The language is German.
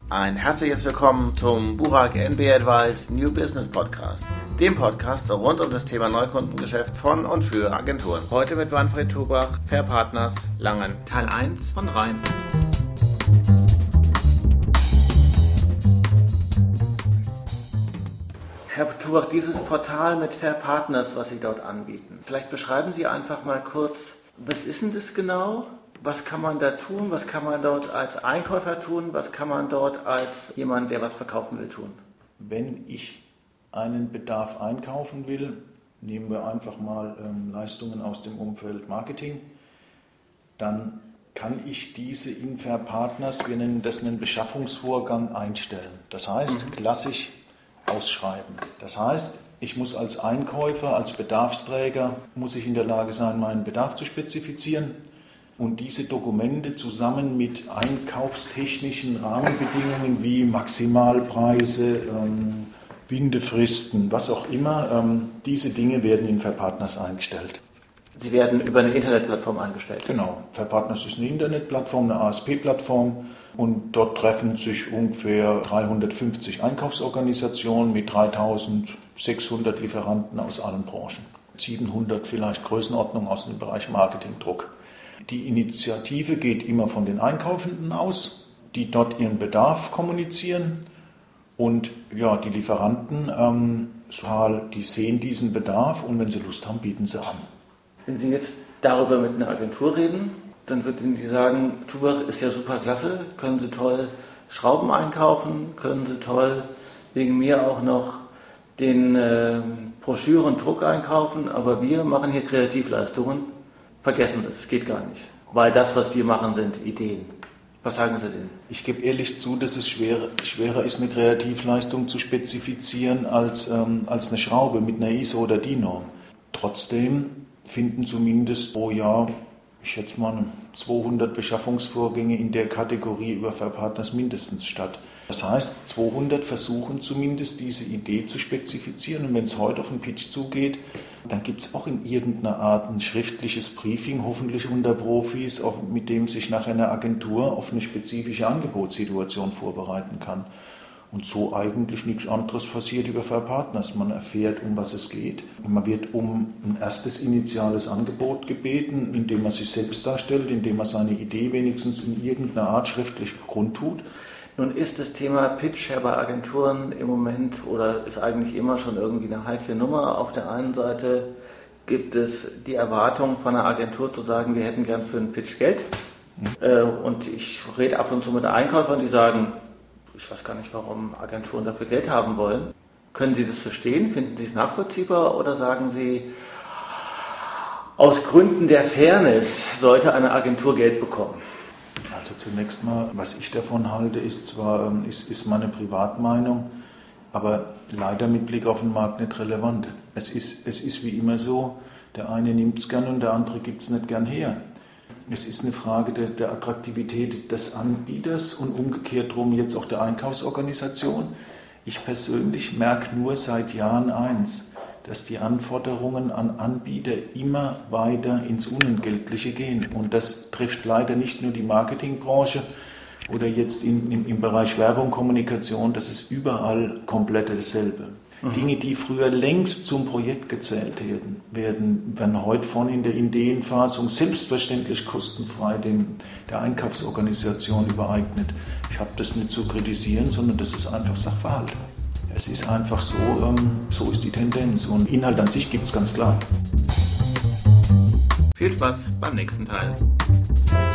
Ein herzliches Willkommen zum Burak NB Advice New Business Podcast, dem Podcast rund um das Thema Neukundengeschäft von und für Agenturen. Heute mit Manfred Tubach, Fair Partners, Langen, Teil 1 von 3. Herr Tubach, dieses Portal mit Fair Partners, was Sie dort anbieten, vielleicht beschreiben Sie einfach mal kurz, was ist denn das genau? Was kann man da tun? Was kann man dort als Einkäufer tun? Was kann man dort als jemand, der was verkaufen will, tun? Wenn ich einen Bedarf einkaufen will, nehmen wir einfach mal Leistungen aus dem Umfeld Marketing, dann kann ich diese in Fair Partners, wir nennen das einen Beschaffungsvorgang, einstellen. Das heißt, klassisch ausschreiben. Das heißt, ich muss als Einkäufer, als Bedarfsträger, muss ich in der Lage sein, meinen Bedarf zu spezifizieren. Und diese Dokumente zusammen mit einkaufstechnischen Rahmenbedingungen wie Maximalpreise, Bindefristen, was auch immer, diese Dinge werden in Fair Partners eingestellt. Sie werden über eine Internetplattform eingestellt? Genau. Fair Partners ist eine Internetplattform, eine ASP-Plattform und dort treffen sich ungefähr 350 Einkaufsorganisationen mit 3600 Lieferanten aus allen Branchen. 700 vielleicht Größenordnung aus dem Bereich Marketingdruck. Die Initiative geht immer von den Einkaufenden aus, die dort ihren Bedarf kommunizieren und ja, die Lieferanten, die sehen diesen Bedarf und wenn sie Lust haben, bieten sie an. Wenn Sie jetzt darüber mit einer Agentur reden, dann wird Ihnen die sagen, Tubach ist ja super klasse, können Sie toll Schrauben einkaufen, können Sie toll wegen mir auch noch den Broschürendruck einkaufen, aber wir machen hier Kreativleistungen. Vergessen Sie es, geht gar nicht. Weil das, was wir machen, sind Ideen. Was sagen Sie denn? Ich gebe ehrlich zu, dass es schwerer ist, eine Kreativleistung zu spezifizieren als eine Schraube mit einer ISO oder DIN-Norm. Trotzdem finden zumindest pro Jahr, ich schätze mal, 200 Beschaffungsvorgänge in der Kategorie über Fair Partners mindestens statt. Das heißt, 200 versuchen zumindest diese Idee zu spezifizieren und wenn es heute auf den Pitch zugeht, dann gibt es auch in irgendeiner Art ein schriftliches Briefing, hoffentlich unter Profis, mit dem sich nachher eine Agentur auf eine spezifische Angebotssituation vorbereiten kann. Und so eigentlich nichts anderes passiert über Fair Partners. Man erfährt, um was es geht. Und man wird um ein erstes initiales Angebot gebeten, indem man sich selbst darstellt, indem man seine Idee wenigstens in irgendeiner Art schriftlich kundtut. Nun ist das Thema Pitch ja bei Agenturen im Moment oder ist eigentlich immer schon irgendwie eine heikle Nummer. Auf der einen Seite gibt es die Erwartung von einer Agentur zu sagen, wir hätten gern für einen Pitch Geld. Und ich rede ab und zu mit Einkäufern, die sagen, ich weiß gar nicht, warum Agenturen dafür Geld haben wollen. Können Sie das verstehen? Finden Sie es nachvollziehbar oder sagen Sie, aus Gründen der Fairness sollte eine Agentur Geld bekommen? Also zunächst mal, was ich davon halte, ist meine Privatmeinung, aber leider mit Blick auf den Markt nicht relevant. Es ist wie immer so, der eine nimmt es gern und der andere gibt es nicht gern her. Es ist eine Frage der Attraktivität des Anbieters und umgekehrt drum jetzt auch der Einkaufsorganisation. Ich persönlich merke nur seit Jahren eins, dass die Anforderungen an Anbieter immer weiter ins Unentgeltliche gehen. Und das trifft leider nicht nur die Marketingbranche oder jetzt im Bereich Werbung, Kommunikation, das ist überall komplett dasselbe. Dinge, die früher längst zum Projekt gezählt werden heute in der Ideenfassung selbstverständlich kostenfrei der Einkaufsorganisation übereignet. Ich habe das nicht zu kritisieren, sondern das ist einfach Sachverhalt. Es ist einfach so, so ist die Tendenz und Inhalt an sich gibt es ganz klar. Viel Spaß beim nächsten Teil.